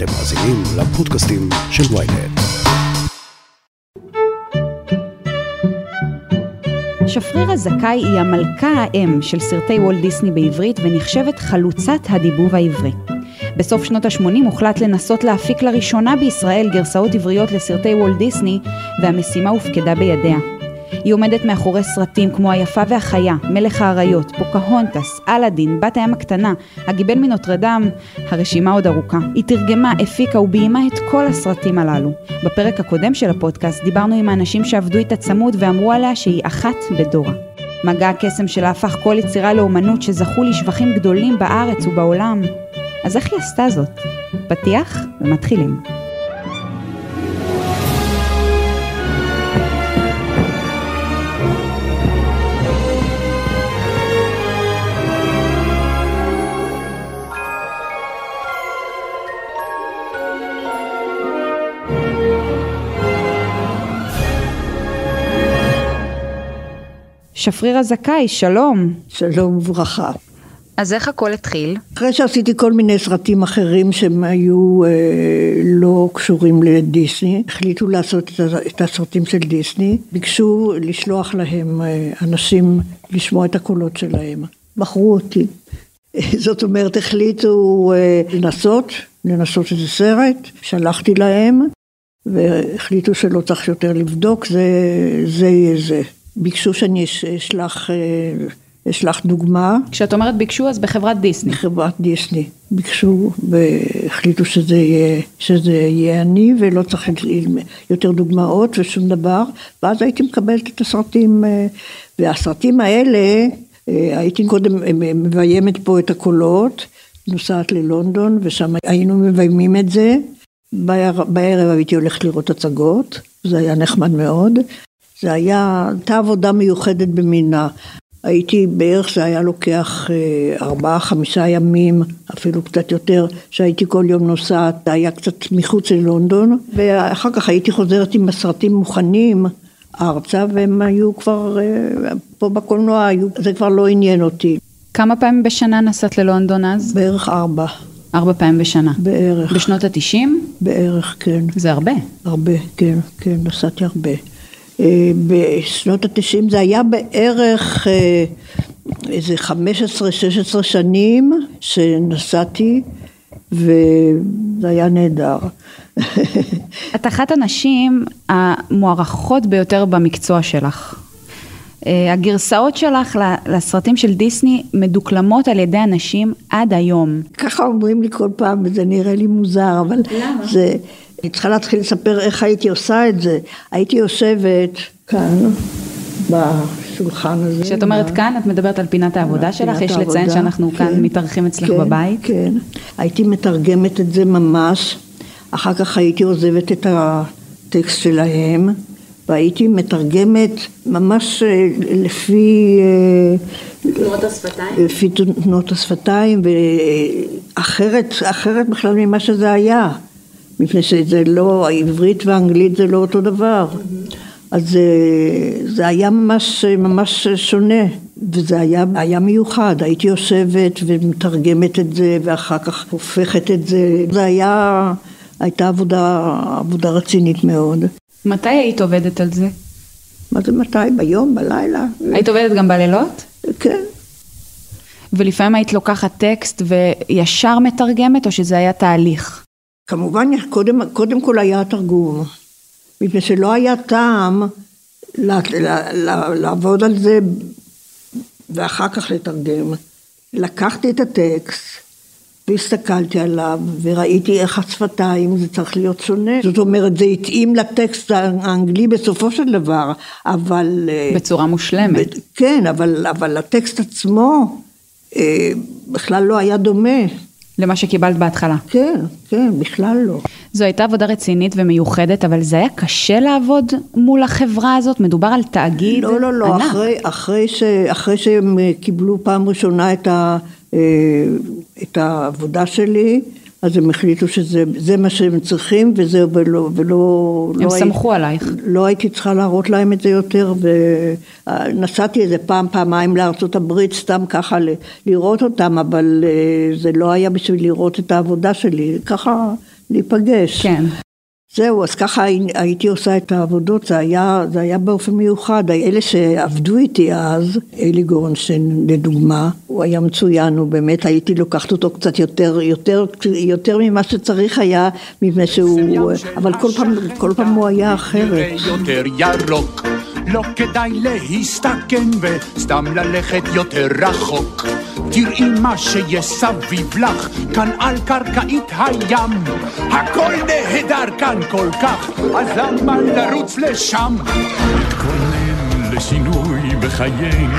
אתם מאזינים לפודקאסטים של ynet. שפרירה זכאי היא המלכה האם של סרטי וולט דיסני בעברית ונחשבת חלוצת הדיבוב העברי. בסוף שנות ה-80 הוחלט לנסות להפיק לראשונה בישראל גרסאות עבריות לסרטי וולט דיסני, והמשימה הופקדה בידיה. היא עומדת מאחורי סרטים כמו היפה והחיה, מלך האריות, פוקהונטס, אלאדין, בת הים הקטנה, הגיבל מנוטרדם, הרשימה עוד ארוכה. היא תרגמה, הפיקה וביימה את כל הסרטים הללו. בפרק הקודם של הפודקאסט דיברנו עם האנשים שעבדו איתה צמוד ואמרו עליה שהיא אחת בדורה. מגע הקסם שלה הפך כל יצירה לאומנות שזכו לשבחים גדולים בארץ ובעולם. אז איך היא עשתה זאת? פתיח ומתחילים. שפרירה זכאי, שלום. שלום וברכה. אז איך הכל התחיל? אחרי שעשיתי כל מיני סרטים אחרים שהם היו לא קשורים לדיסני, החליטו לעשות את הסרטים של דיסני, ביקשו לשלוח להם אנשים לשמוע את הקולות שלהם. בחרו אותי. זאת אומרת, החליטו לנסות איזה סרט, שלחתי להם, והחליטו שלא צריך יותר לבדוק, זה יהיה זה. ביקשו שאני אשלח דוגמה. כשאת אומרת ביקשו, אז בחברת דיסני. בחברת דיסני. ביקשו והחליטו שזה יהיה אני, ולא צריך יותר דוגמאות ושום דבר. ואז הייתי מקבלת את הסרטים, והסרטים האלה, הייתי קודם מביימת פה את הקולות, נוסעת ללונדון, ושם היינו מביימים את זה. בערב הייתי הולכת לראות הצגות, זה היה נחמד מאוד. הייתה עבודה מיוחדת במינה. הייתי בערך, זה היה לוקח 4-5 ימים, אפילו קצת יותר, שהייתי כל יום נוסעת, זה היה קצת מחוץ ללונדון, ואחר כך הייתי חוזרת עם הסרטים מוכנים ארצה, והם היו כבר, פה בקולנוע, זה כבר לא עניין אותי. כמה פעמים בשנה נסעת ללונדון אז? בערך 4. 4 פעמים בשנה? בערך. בשנות ה-90? בערך, כן. זה הרבה? הרבה, כן, נסעתי הרבה. בשנות ה-90 זה היה בערך איזה 15-16 שנים שנסעתי, וזה היה נהדר. את אחת הנשים המוערכות ביותר במקצוע שלך. הגרסאות שלך לסרטים של דיסני מדוקלמות על ידי אנשים עד היום. ככה אומרים לי כל פעם, וזה נראה לי מוזר, אבל למה? אני צריכה להתחיל לספר איך הייתי עושה את זה. הייתי יושבת כאן, בשולחן הזה. כשאת אומרת כאן, את מדברת על פינת העבודה שלך, יש לציין שאנחנו כאן מתארחים אצלך בבית. כן, הייתי מתרגמת את זה ממש, אחר כך הייתי עוזבת את הטקסט שלהם, והייתי מתרגמת ממש לפי תנועות השפתיים? לפי תנועות השפתיים, ואחרת בכלל ממה שזה היה. מפני שזה לא, העברית והאנגלית זה לא אותו דבר. אז זה היה ממש שונה, וזה היה מיוחד. הייתי יושבת ומתרגמת את זה, ואחר כך הופכת את זה. זה הייתה עבודה רצינית מאוד. מתי היית עובדת על זה? מה זה מתי? ביום, בלילה. היית עובדת גם בלילות? כן. ולפעמים היית לוקחת טקסט וישר מתרגמת, או שזה היה תהליך? כמובן, קודם כל היה תרגום, מפני שלא היה טעם לעבוד על זה ואחר כך לתרגם. לקחתי את הטקסט והסתכלתי עליו וראיתי איך השפתיים זה צריך להיות שונה. זאת אומרת, זה התאים לטקסט האנגלי בסופו של דבר, אבל... בצורה מושלמת. כן, אבל הטקסט עצמו בכלל לא היה דומה. למה שקיבלת בהתחלה. כן, בכלל לא. זו הייתה עבודה רצינית ומיוחדת, אבל זה היה קשה לעבוד מול החברה הזאת? מדובר על תאגיד ענק. לא, אחרי שהם קיבלו פעם ראשונה את העבודה שלי, אז הם החליטו שזה מה שהם צריכים, וזה ולא... הם סמכו עלייך. לא הייתי צריכה להראות להם את זה יותר, ונסעתי איזה פעמיים לארצות הברית, סתם ככה לראות אותם, אבל זה לא היה בשביל לראות את העבודה שלי, ככה להיפגש. כן. זהו, אז ככה הייתי עושה את העבודות, זה היה באופן מיוחד, אלה שעבדו איתי אז, אלי גורנשטיין לדוגמה, הוא היה מצוין, הוא באמת הייתי לוקחת אותו קצת יותר ממה שצריך היה, מפני שהוא, אבל כל פעם הוא היה אחרת. יותר ירוק, לא כדאי להסתכן וסתם ללכת יותר רחוק. תראי מה שיש סביב לך, כאן על קרקעית הים. הכל נהדר כאן כל כך, אז למה לרוץ לשם? מתכונן לשינוי בחיינו,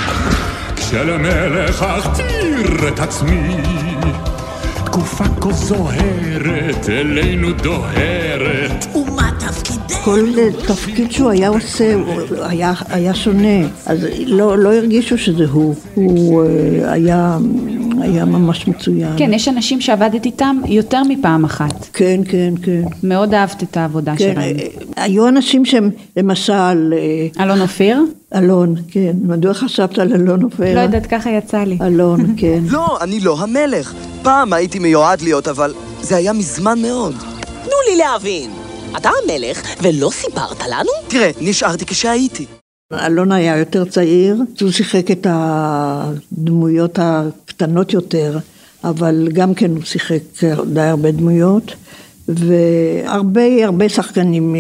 כשלמלך אכתיר את עצמי. תקופה כה זוהרת, אלינו דוהרת. ומה תפקידך? כל תפקיד שהוא היה עושה, היה שונה, אז לא הרגישו שזה הוא היה ממש מצוין. כן, יש אנשים שעבדת איתם יותר מפעם אחת. כן. מאוד אהבת את העבודה שלהם. היו אנשים שהם, למשל... אלון אופיר? אלון, כן. מדוע חשבת על אלון אופיר? לא יודעת, ככה יצא לי. אלון, כן. לא, אני לא המלך. פעם הייתי מיועד להיות, אבל זה היה מזמן מאוד. תנו לי להבין. אתה המלך ולא סיפרת לנו? תראה, נשארתי כשהייתי. אלון היה יותר צעיר, הוא שיחק את הדמויות הקטנות יותר, אבל גם כן הוא שיחק די הרבה דמויות, והרבה שחקנים,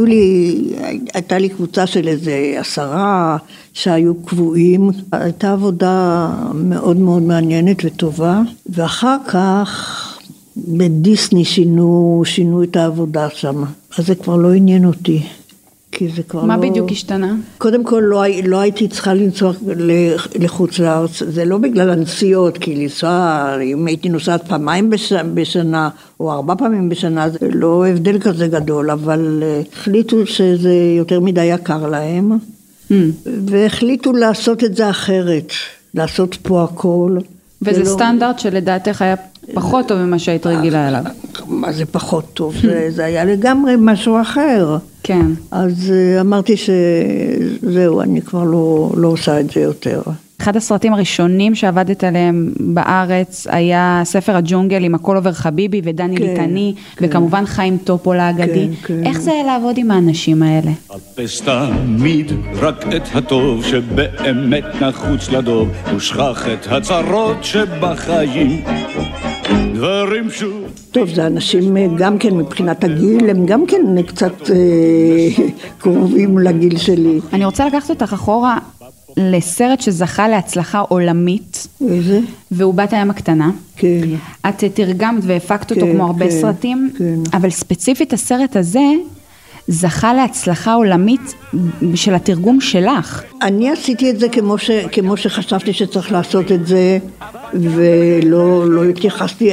הייתה לי קבוצה של איזה 10 שהיו קבועים, הייתה עבודה מאוד מאוד מעניינת וטובה, ואחר כך בדיסני שינו את העבודה שם, אז זה כבר לא עניין אותי. מה בדיוק השתנה? קודם כל לא הייתי צריכה לנסוע לחוץ לארץ, זה לא בגלל הנסיעות, כי לנסוע, אם הייתי נוסעת פעמיים בשנה, או 4 פעמים בשנה, זה לא הבדל כזה גדול, אבל החליטו שזה יותר מדי יקר להם, והחליטו לעשות את זה אחרת, לעשות פה הכל. וזה סטנדרט שלדעתך היה פחות טוב ממה שהיית רגילה אליו. מה זה פחות טוב? זה היה לגמרי משהו אחר. כן. אז אמרתי שזהו, אני כבר לא עושה את זה יותר. אחד הסרטים הראשונים שעבדת עליהם בארץ היה ספר הג'ונגל עם הכל עובר חביבי ודני ליטני, וכמובן חיים טופול האגדי. איך זה היה לעבוד עם האנשים האלה? חפש תמיד רק את הטוב שבאמת נחוץ לדוב, ושכח את הצרות שבחיים. דברים שוב. טוב, זה אנשים גם כן מבחינת הגיל, הם גם כן קצת קרובים לגיל שלי. אני רוצה לקחת אותך אחורה לסרט שזכה להצלחה עולמית. איזה? והוא בת הים הקטנה. כן. את תרגמת והפקת אותו כמו הרבה סרטים, אבל ספציפית הסרט הזה זכה להצלחה עולמית של התרגום שלך. אני עשיתי את זה כמו שחשבתי שצריך לעשות את זה, ולא התייחסתי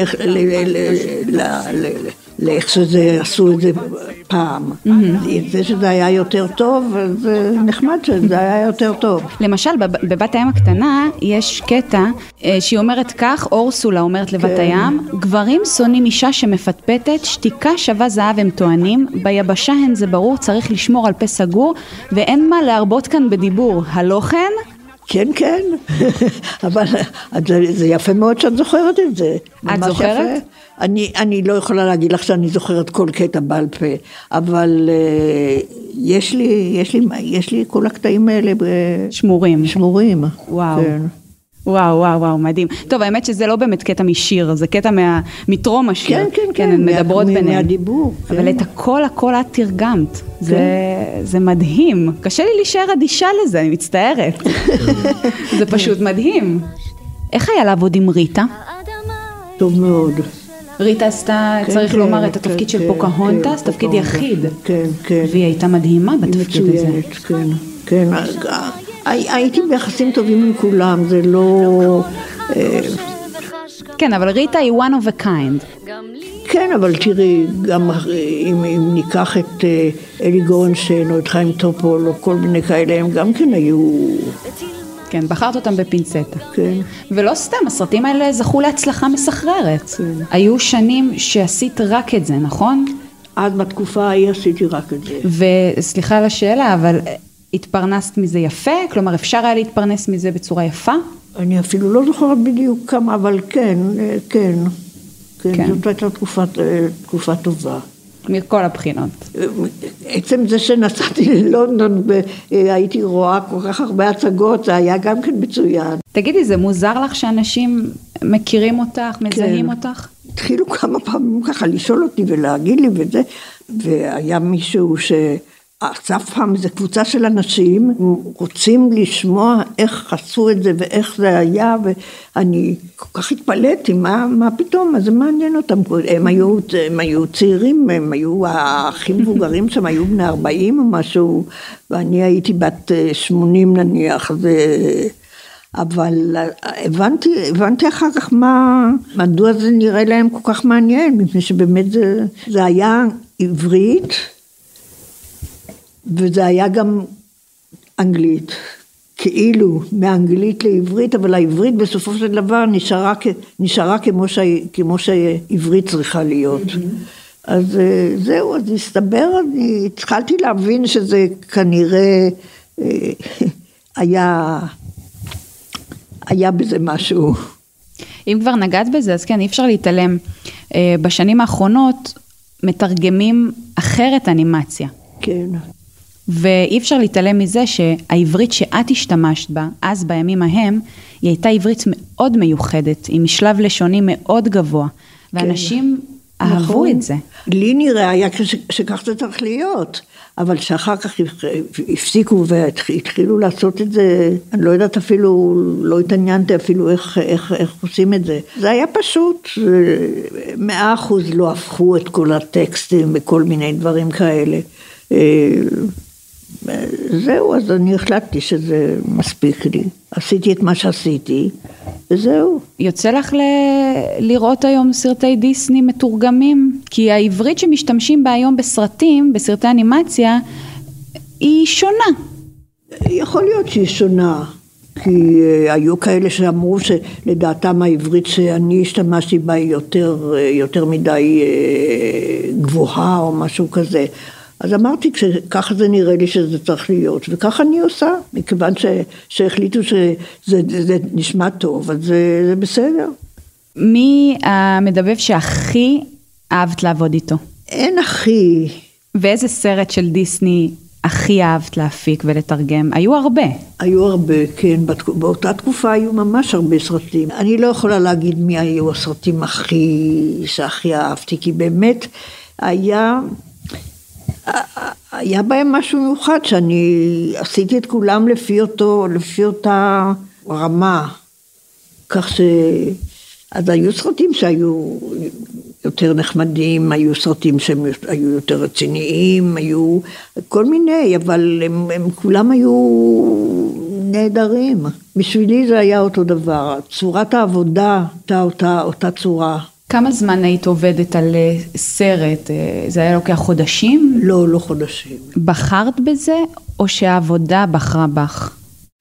לאיך שזה עשו את זה פעם. זה שזה היה יותר טוב, זה נחמד שזה היה יותר טוב. למשל, בבת הים הקטנה יש קטע שהיא אומרת כך, אורסולה אומרת לבת הים, גברים שונאים אישה שמפטפטת, שתיקה שווה זהב הם טוענים, ביבשה הן זה ברור, צריך לשמור על פה סגור, ואין מה להרבות כאן בדיבור, הלא כן? כן, אבל זה יפה מאוד שאת זוכרת את זה. את זוכרת? אני לא יכולה להגיד לך שאני זוכרת כל קטע בעל פה, אבל יש לי כל הקטעים האלה שמורים. וואו. כן. וואו, מדהים. טוב, האמת שזה לא באמת קטע משיר, זה קטע מטרום השיר. כן, מדברות ביניהם. מהדיבור. אבל את הכל את תרגמת. זה מדהים. קשה לי להישאר אדישה לזה, אני מצטערת. זה פשוט מדהים. איך היה לעבוד עם ריטה? טוב מאוד. ריטה עשתה, צריך לומר, את התפקיד של פוקהונטס, תפקיד יחיד. כן. והיא הייתה מדהימה בתפקיד הזה. כן. הייתי ביחסים טובים עם כולם, זה לא... כן, אבל ריטה היא one of a kind. כן, אבל תראי, גם אם ניקח את אלי גורנשטיין או את חיים טופול או כל מיני כאלה, הם גם כן היו... כן, בחרת אותם בפינצטה. כן. ולא סתם, הסרטים האלה זכו להצלחה מסחררת. כן. היו שנים שעשית רק את זה, נכון? עד בתקופה ההיא עשיתי רק את זה. וסליחה על השאלה, אבל התפרנסת מזה יפה? כלומר, אפשר היה להתפרנס מזה בצורה יפה? אני אפילו לא זוכרת בדיוק כמה, אבל כן. כן, זאת הייתה תקופה טובה. מכל הבחינות. עצם זה שנסעתי ללונדון והייתי רואה כל כך הרבה הצגות, זה היה גם כן מצוין. תגידי, זה מוזר לך שאנשים מכירים אותך, מזהים אותך? התחילו כמה פעמים ככה לשאול אותי ולהגיד לי וזה, והיה מישהו אסף פעם איזו קבוצה של אנשים, רוצים לשמוע איך עשו את זה ואיך זה היה, ואני כל כך התפלאתי, מה פתאום, אז זה מעניין אותם, הם היו צעירים, הם היו הכי מבוגרים שם, היו בני 40 או משהו, ואני הייתי בת 80 נניח, אבל הבנתי אחר כך מדוע זה נראה להם כל כך מעניין, מפני שבאמת זה היה עברית, וזה היה גם אנגלית, כאילו מאנגלית לעברית, אבל העברית בסופו של דבר נשארה כמו שהעברית צריכה להיות. אז זהו, אז הסתבר, אני התחלתי להבין שזה כנראה היה בזה משהו. אם כבר נגעת בזה, אז כן, אי אפשר להתעלם. בשנים האחרונות מתרגמים אחרת אנימציה. כן. ואי אפשר להתעלם מזה שהעברית שאת השתמשת בה, אז בימים ההם, היא הייתה עברית מאוד מיוחדת, עם משלב לשוני מאוד גבוה, ואנשים אהבו את זה. לי נראה היה שכך זה צריך להיות, אבל שאחר כך הפסיקו והתחילו לעשות את זה, אני לא יודעת אפילו, לא התעניינתי אפילו איך עושים את זה. זה היה פשוט, 100% לא הפכו את כל הטקסטים וכל מיני דברים כאלה. זהו, אז אני החלטתי שזה מספיק לי. עשיתי את מה שעשיתי, וזהו. יוצא לך לראות היום סרטי דיסני מתורגמים? כי העברית שמשתמשים בה היום בסרטים, בסרטי אנימציה, היא שונה. יכול להיות שהיא שונה, כי היו כאלה שאמרו שלדעתם העברית שאני השתמשתי בה יותר מדי גבוהה או משהו כזה. אז אמרתי, ככה זה נראה לי שזה צריך להיות, וככה אני עושה, מכיוון שהחליטו שזה נשמע טוב, אז זה בסדר. מי המדבב שהכי אהבת לעבוד איתו? אין הכי. ואיזה סרט של דיסני הכי אהבת להפיק ולתרגם? היו הרבה. היו הרבה, כן. באותה תקופה היו ממש הרבה סרטים. אני לא יכולה להגיד מי היו הסרטים שהכי אהבתי, כי באמת היה בהם משהו מיוחד, שאני עשיתי את כולם לפי אותה רמה, כך אז היו סרטים שהיו יותר נחמדים, היו סרטים שהיו יותר רציניים, היו כל מיני, אבל הם כולם היו נהדרים. בשבילי זה היה אותו דבר, צורת העבודה הייתה אותה צורה. כמה זמן היית עובדת על סרט? זה היה לוקח חודשים? לא חודשים. בחרת בזה או שהעבודה בחרה בך?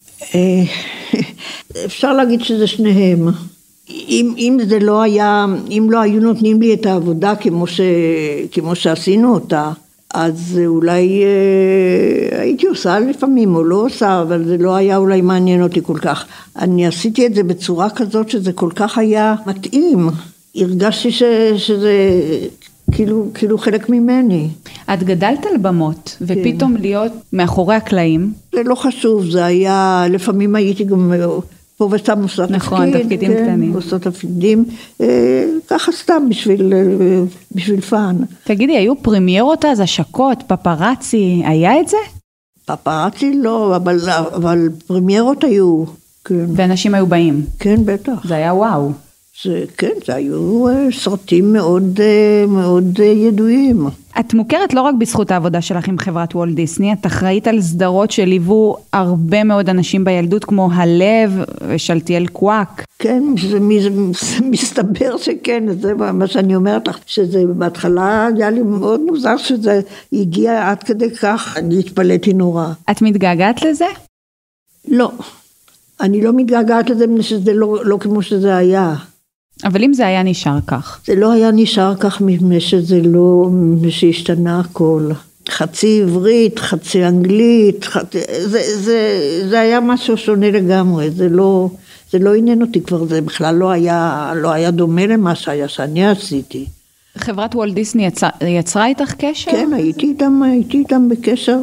אפשר להגיד שזה שניהם. אם לא היו נותנים לי את העבודה כמו שעשינו אותה, אז אולי הייתי עושה לפעמים או לא עושה, אבל זה לא היה אולי מעניין אותי כל כך. אני עשיתי את זה בצורה כזאת שזה כל כך היה מתאים. הרגשתי שזה כאילו חלק ממני. את גדלת על במות, ופתאום להיות מאחורי הקלעים. זה לא חשוב, זה היה, לפעמים הייתי גם פה וסתם עושה תפקיד. נכון, תפקידים קטנים. עושה תפקידים, ככה סתם בשביל פן. תגידי, היו פרמיירות אז, השקות, פפרצי, היה את זה? פפרצי לא, אבל פרמיירות היו. כן. ואנשים היו באים? כן, בטח. זה היה וואו. כן, זה היו סרטים מאוד ידועים. את מוכרת לא רק בזכות העבודה שלך עם חברת וולט דיסני, את אחראית על סדרות שליוו הרבה מאוד אנשים בילדות, כמו הלב ושלטיאל קוואק. כן, זה מסתבר שכן, זה מה שאני אומרת לך, שזה בהתחלה היה לי מאוד מוזר שזה הגיע עד כדי כך, אני התפלאתי נורא. את מתגעגעת לזה? לא, אני לא מתגעגעת לזה, שזה לא כמו שזה היה. אבל אם זה היה נשאר כך? זה לא היה נשאר כך מפני שזה לא, מפני שהשתנה הכל. חצי עברית, חצי אנגלית, זה היה משהו שונה לגמרי, זה זה לא עניין אותי כבר, זה בכלל לא היה דומה למה שהיה שאני עשיתי. חברת וולט דיסני יצרה איתך קשר? כן, הייתי איתם בקשר,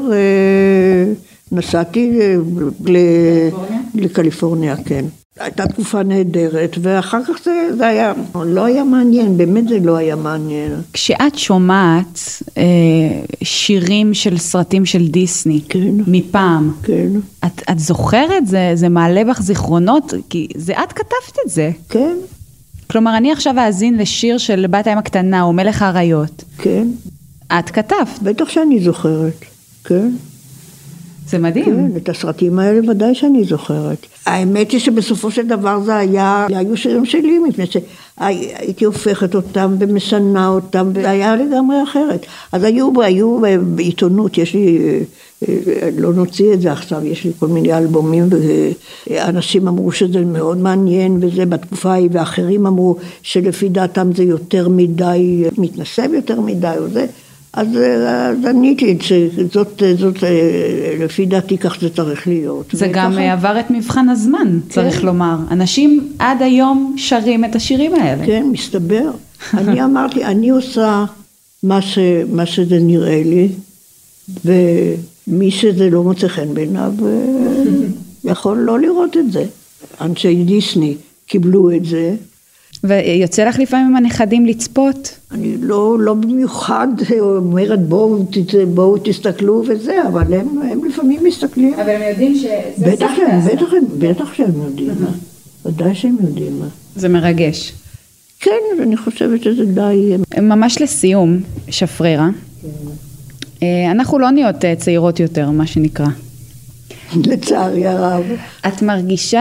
נסעתי לקליפורניה, כן. הייתה תקופה נהדרת, ואחר כך זה היה, לא היה מעניין, באמת זה לא היה מעניין. כשאת שומעת שירים של סרטים של דיסני, כן. מפעם, כן. את זוכרת? זה מעלה בך זיכרונות? כי זה את כתבת את זה. כן. כלומר, אני עכשיו אאזין לשיר של בת הים הקטנה, או מלך האריות. כן. את כתבת. בטח שאני זוכרת, כן. זה מדהים. כן, את הסרטים האלה ודאי שאני זוכרת. האמת היא שבסופו של דבר זה היו שירים שלי, מפני שהייתי הופכת אותם ומשנה אותם, וזה היה לגמרי אחרת. אז היו בעיתונות, יש לי, לא נוציא את זה עכשיו, יש לי כל מיני אלבומים, ואנשים אמרו שזה מאוד מעניין, וזה בתקופה ההיא, ואחרים אמרו שלפי דעתם זה יותר מדי, מתנסב יותר מדי, או זה. אז עניתי שזאת לפי דעתי כך זה צריך להיות. זה גם עבר את מבחן הזמן, צריך לומר. אנשים עד היום שרים את השירים האלה. כן, מסתבר. אני אמרתי, אני עושה מה שזה נראה לי, ומי שזה לא מוצא חן בעיניו, יכול לא לראות את זה. אנשי דיסני קיבלו את זה. ויוצא לך לפעמים הנכדים לצפות? אני לא במיוחד אומרת בואו תסתכלו וזה, אבל הם לפעמים מסתכלים. אבל הם יודעים שזה בטח שהם יודעים. ודאי שהם יודעים. זה מרגש. כן, אני חושבת שזה די... ממש לסיום, שפרירה. אנחנו לא נהיות צעירות יותר, מה שנקרא. לצערי הרב. את מרגישה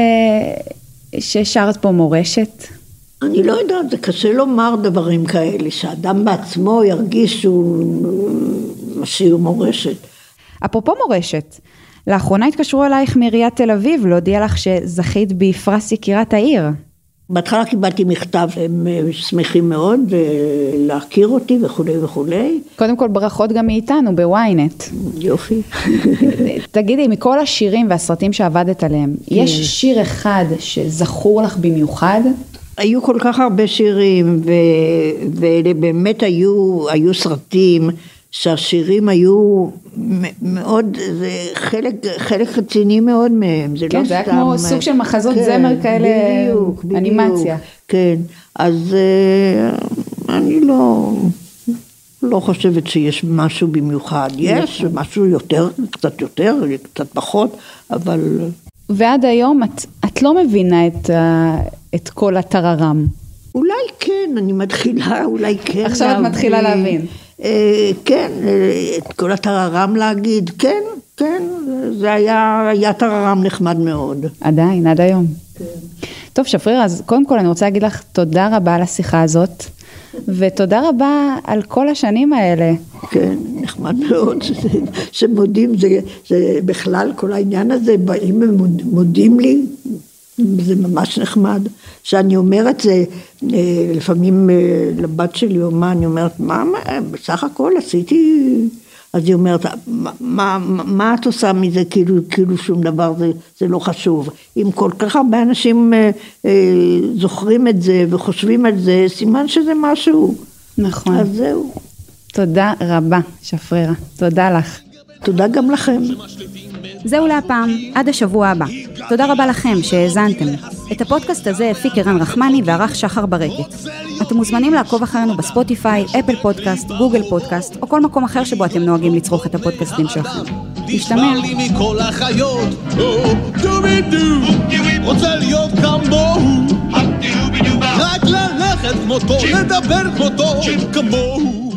ששרת פה מורשת? אני לא יודעת, זה קשה לומר דברים כאלה, שאדם בעצמו ירגיש שהוא משאיר מורשת. אפרופו מורשת, לאחרונה התקשרו אלייך מעיריית תל אביב, להודיע לך שזכית בפרס יקירת העיר. בהתחלה קיבלתי מכתב, הם שמחים מאוד להכיר אותי וכולי וכולי. קודם כל ברכות גם מאיתנו בוויינט. יופי. תגידי, מכל השירים והסרטים שעבדת עליהם, יש שיר אחד שזכור לך במיוחד? היו כל כך הרבה שירים, ואלה באמת היו סרטים שהשירים היו מאוד, זה חלק רציני מאוד מהם. זה כן, לא זה היה סתם, כמו סוג של מחזות זמר כאלה, בדיוק, אנימציה. כן, אז אני לא חושבת שיש משהו במיוחד. יש משהו יותר, קצת פחות, אבל... ועד היום את לא מבינה את כל הטררם. אולי כן, אני מתחילה, אולי כן. עכשיו את מתחילה להבין. כן, את כל הטררם להגיד, כן, זה היה טררם נחמד מאוד. עדיין, עד היום. כן. טוב, שפרירה, אז קודם כל אני רוצה להגיד לך תודה רבה על השיחה הזאת, ותודה רבה על כל השנים האלה. כן, נחמד מאוד, שמודים, זה בכלל כל העניין הזה, באים ומודים לי, זה ממש נחמד. שאני אומרת זה, לפעמים לבת שלי אומה, אני אומרת, מה, בסך הכל עשיתי, אז היא אומרת, מה את עושה מזה, כאילו שום דבר, זה לא חשוב. אם כל כך הרבה אנשים זוכרים את זה וחושבים על זה, סימן שזה משהו. נכון. אז זהו. תודה רבה, שפרירה. תודה לך. תודה גם לכם. זהו להפעם, עד השבוע הבא. תודה רבה לכם שהאזנתם. את הפודקאסט הזה הפיק ערן רחמני וערך שחר ברקת. אתם מוזמנים לעקוב אחרינו בספוטיפיי, אפל פודקאסט, גוגל פודקאסט, או כל מקום אחר שבו אתם נוהגים לצרוך את הפודקאסטים שלכם. נשתמע. מכל החיות, רוצה להיות כמוהו, רק ללכת כמותו, לדבר כמותו, כמוהו.